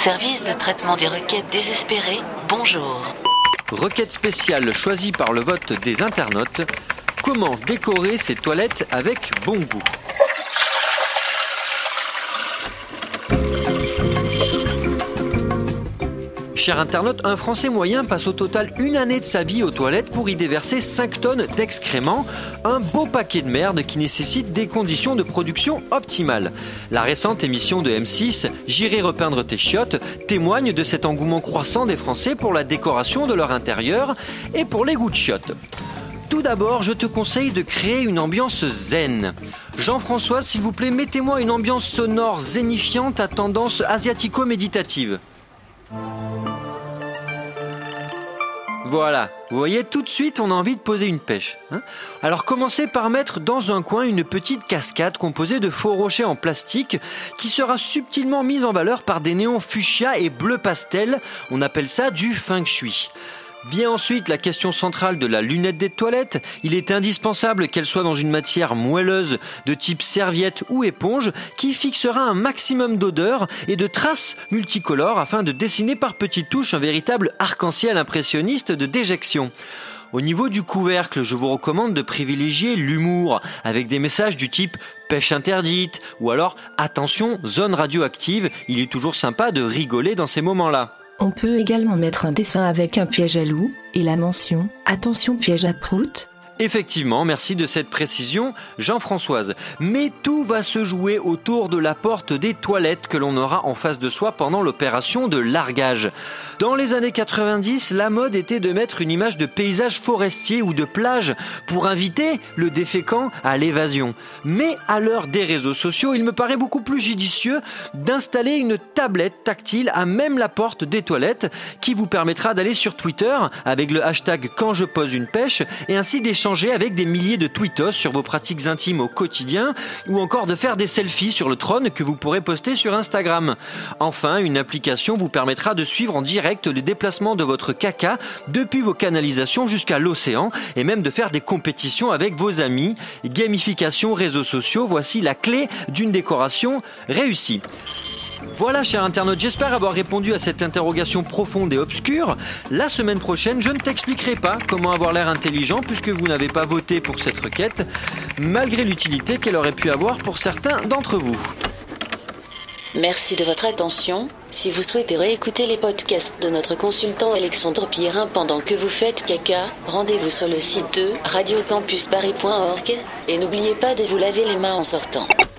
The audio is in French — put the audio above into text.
Service de traitement des requêtes désespérées, bonjour. Requête spéciale choisie par le vote des internautes. Comment décorer ses toilettes avec bon goût ? Cher internaute, un Français moyen passe au total une année de sa vie aux toilettes pour y déverser 5 tonnes d'excréments, un beau paquet de merde qui nécessite des conditions de production optimales. La récente émission de M6, J'irai repeindre tes chiottes, témoigne de cet engouement croissant des Français pour la décoration de leur intérieur et pour les goûts de chiottes. Tout d'abord, je te conseille de créer une ambiance zen. Jean-François, s'il vous plaît, mettez-moi une ambiance sonore zénifiante à tendance asiatico-méditative. Voilà, vous voyez, tout de suite on a envie de poser une pêche. Alors commencez par mettre dans un coin une petite cascade composée de faux rochers en plastique qui sera subtilement mise en valeur par des néons fuchsia et bleu pastel. On appelle ça du feng shui. Vient ensuite la question centrale de la lunette des toilettes. Il est indispensable qu'elle soit dans une matière moelleuse de type serviette ou éponge qui fixera un maximum d'odeur et de traces multicolores afin de dessiner par petites touches un véritable arc-en-ciel impressionniste de déjection. Au niveau du couvercle, je vous recommande de privilégier l'humour avec des messages du type « pêche interdite » ou alors « attention, zone radioactive ». Il est toujours sympa de rigoler dans ces moments-là. On peut également mettre un dessin avec un piège à loup et la mention « Attention piège à prout ». Effectivement, merci de cette précision, Jean-Françoise. Mais tout va se jouer autour de la porte des toilettes que l'on aura en face de soi pendant l'opération de largage. Dans les années 90, la mode était de mettre une image de paysage forestier ou de plage pour inviter le déféquent à l'évasion. Mais à l'heure des réseaux sociaux, il me paraît beaucoup plus judicieux d'installer une tablette tactile à même la porte des toilettes qui vous permettra d'aller sur Twitter avec le hashtag quand je pose une pêche et ainsi d'échanger avec des milliers de tweetos sur vos pratiques intimes au quotidien ou encore de faire des selfies sur le trône que vous pourrez poster sur Instagram. Enfin, une application vous permettra de suivre en direct les déplacements de votre caca depuis vos canalisations jusqu'à l'océan et même de faire des compétitions avec vos amis. Gamification, réseaux sociaux, voici la clé d'une décoration réussie. Voilà, chers internautes, j'espère avoir répondu à cette interrogation profonde et obscure. La semaine prochaine, je ne t'expliquerai pas comment avoir l'air intelligent puisque vous n'avez pas voté pour cette requête, malgré l'utilité qu'elle aurait pu avoir pour certains d'entre vous. Merci de votre attention. Si vous souhaitez réécouter les podcasts de notre consultant Alexandre Pierrin pendant que vous faites caca, rendez-vous sur le site de radiocampusparis.org et n'oubliez pas de vous laver les mains en sortant.